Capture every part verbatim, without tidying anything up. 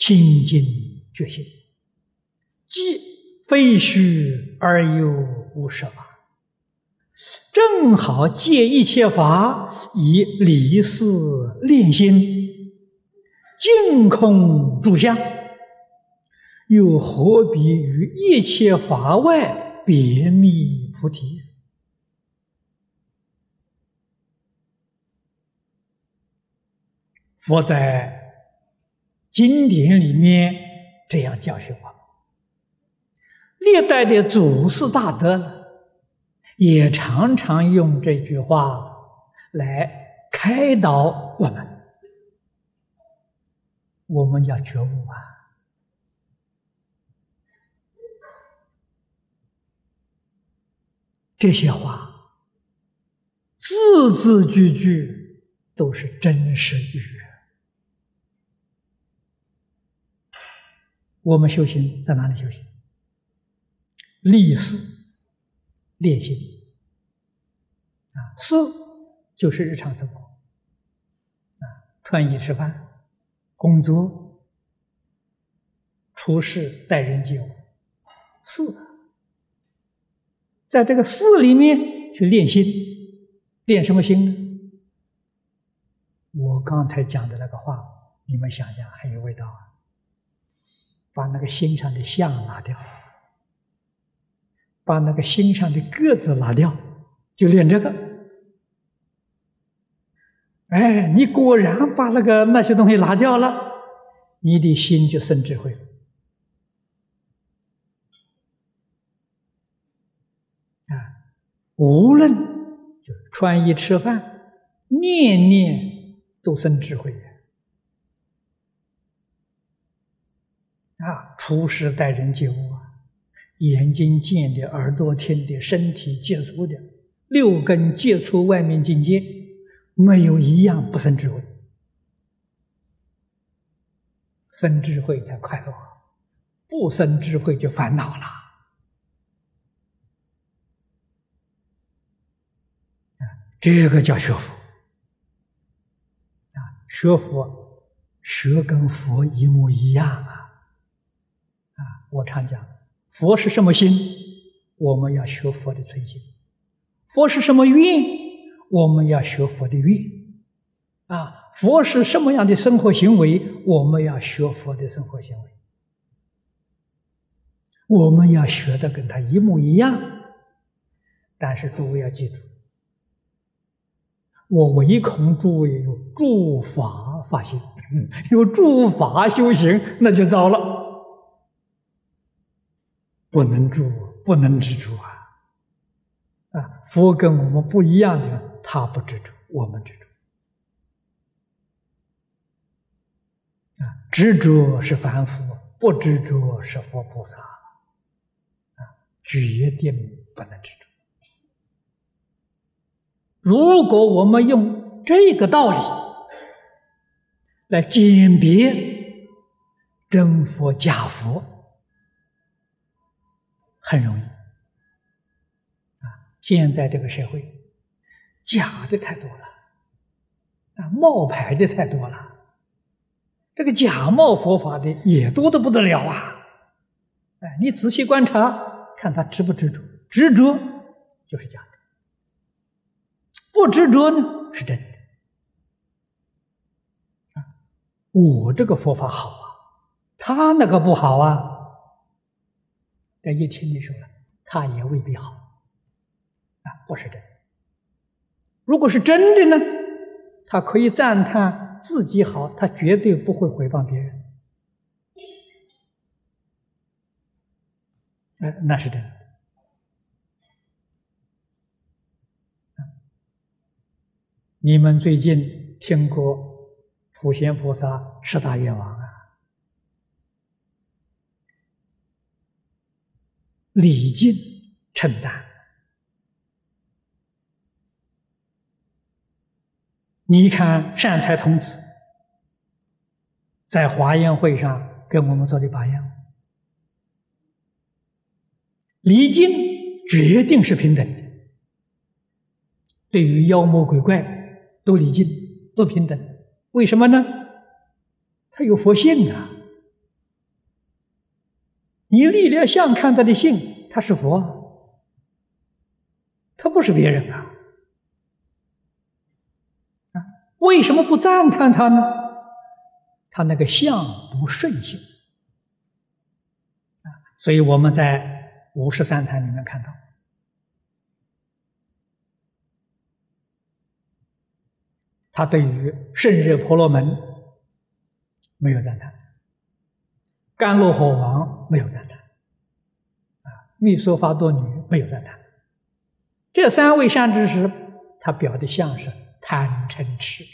清净觉性，即非虚而又无实法，正好借一切法以理事练心，净空住相，又何必于一切法外别觅菩提？佛在经典里面这样教训我们，历代的祖师大德也常常用这句话来开导我们。我们要觉悟啊！这些话字字句句都是真实语。我们修行在哪里修行？立事练心啊，事就是日常生活啊，穿衣吃饭、工作、处事、待人接物，事。在这个事里面去练心，练什么心呢？我刚才讲的那个话，你们想想很有味道啊！把那个心上的相拿掉，把那个心上的个子拿掉，就练这个。哎，你果然把那个那些东西拿掉了，你的心就生智慧了。啊，无论就穿衣吃饭，念念都生智慧。啊，处事待人接物啊，眼睛见的，耳朵听的，身体接触的，六根接触外面境界，没有一样不生智慧。生智慧才快乐，不生智慧就烦恼了。啊，这个叫学佛。啊，学佛，学跟佛一模一样啊。啊，我常讲，佛是什么心，我们要学佛的存心；佛是什么愿，我们要学佛的愿。啊，佛是什么样的生活行为，我们要学佛的生活行为。我们要学的跟他一模一样，但是诸位要记住，我唯恐诸位有诸法发心，有诸法修行，那就糟了。不能住，不能执着啊！啊，佛跟我们不一样的，他不执着，我们执着。啊，执着是凡夫，不执着是佛菩萨。啊，决定不能执着。如果我们用这个道理来鉴别真佛假佛，很容易啊！现在这个社会，假的太多了，啊，冒牌的太多了，这个假冒佛法的也多得不得了啊！哎，你仔细观察，看他执不执着，执着就是假的，不执着呢是真的。啊，我这个佛法好啊，他那个不好啊。在一听你说了，他也未必好，啊，不是真的。如果是真的呢，他可以赞叹自己好，他绝对不会诽谤别人，哎，那是真的。你们最近听过普贤菩萨十大愿望啊？礼敬称赞，你看善财童子在华严会上跟我们做的榜样，礼敬决定是平等的，对于妖魔鬼怪都礼敬，都平等。为什么呢？他有佛性啊， 你立了像看他的性，他是佛，他不是别人啊！啊，为什么不赞叹他呢？他那个相不顺性啊！所以我们在五十三参里面看到，他对于胜热婆罗门没有赞叹，甘露火王没有赞叹，啊，密梭伐多女没有赞叹。这三位善知识，他表的像是贪嗔痴，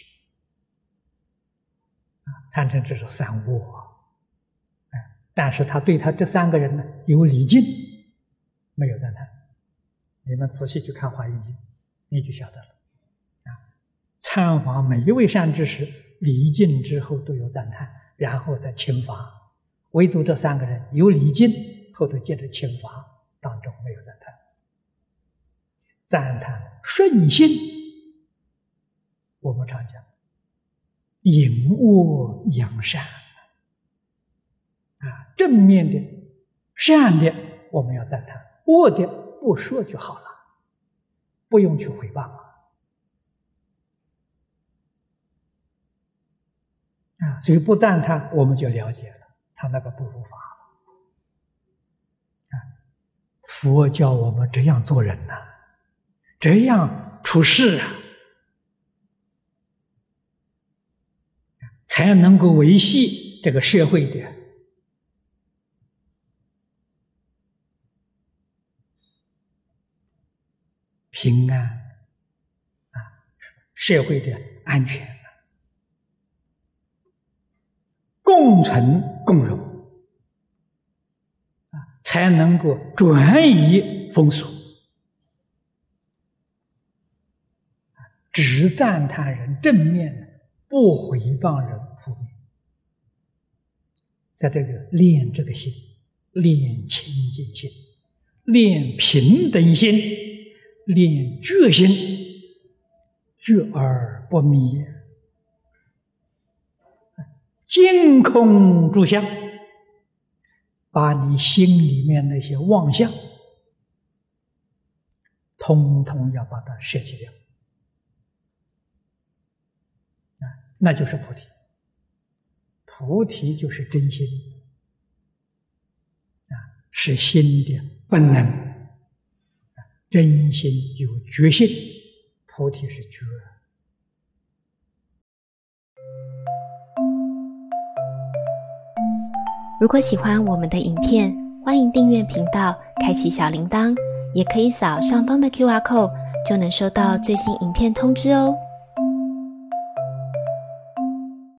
啊，贪嗔痴是三恶，哎，但是他对他这三个人呢有礼敬，没有赞叹。你们仔细去看《华严经》，你就晓得了。啊，参访每一位善知识，礼敬之后都有赞叹，然后再请法。唯独这三个人有礼敬，后头接着请法，当中没有赞叹。赞叹顺心，我们常讲隐恶扬善啊，正面的善的我们要赞叹，恶的不说就好了，不用去诽谤啊。啊，所以不赞叹我们就了解了，他那个不如法啊。佛教我们这样做人呐、啊，这样处事啊，才能够维系这个社会的平安啊，社会的安全，共存共荣啊，才能够转移风俗。只赞叹人正面，不诽谤人负面。在这个练这个心，练清净心，练平等心，练觉心，觉而不迷，净空诸相，把你心里面那些妄想，通通要把它舍弃掉。那就是菩提，菩提就是真心啊，是心的本能啊，真心有觉性，菩提是觉。 如果喜欢我们的影片，欢迎订阅频道，开启小铃铛，也可以扫上方的 Q R code， 就能收到最新影片通知哦。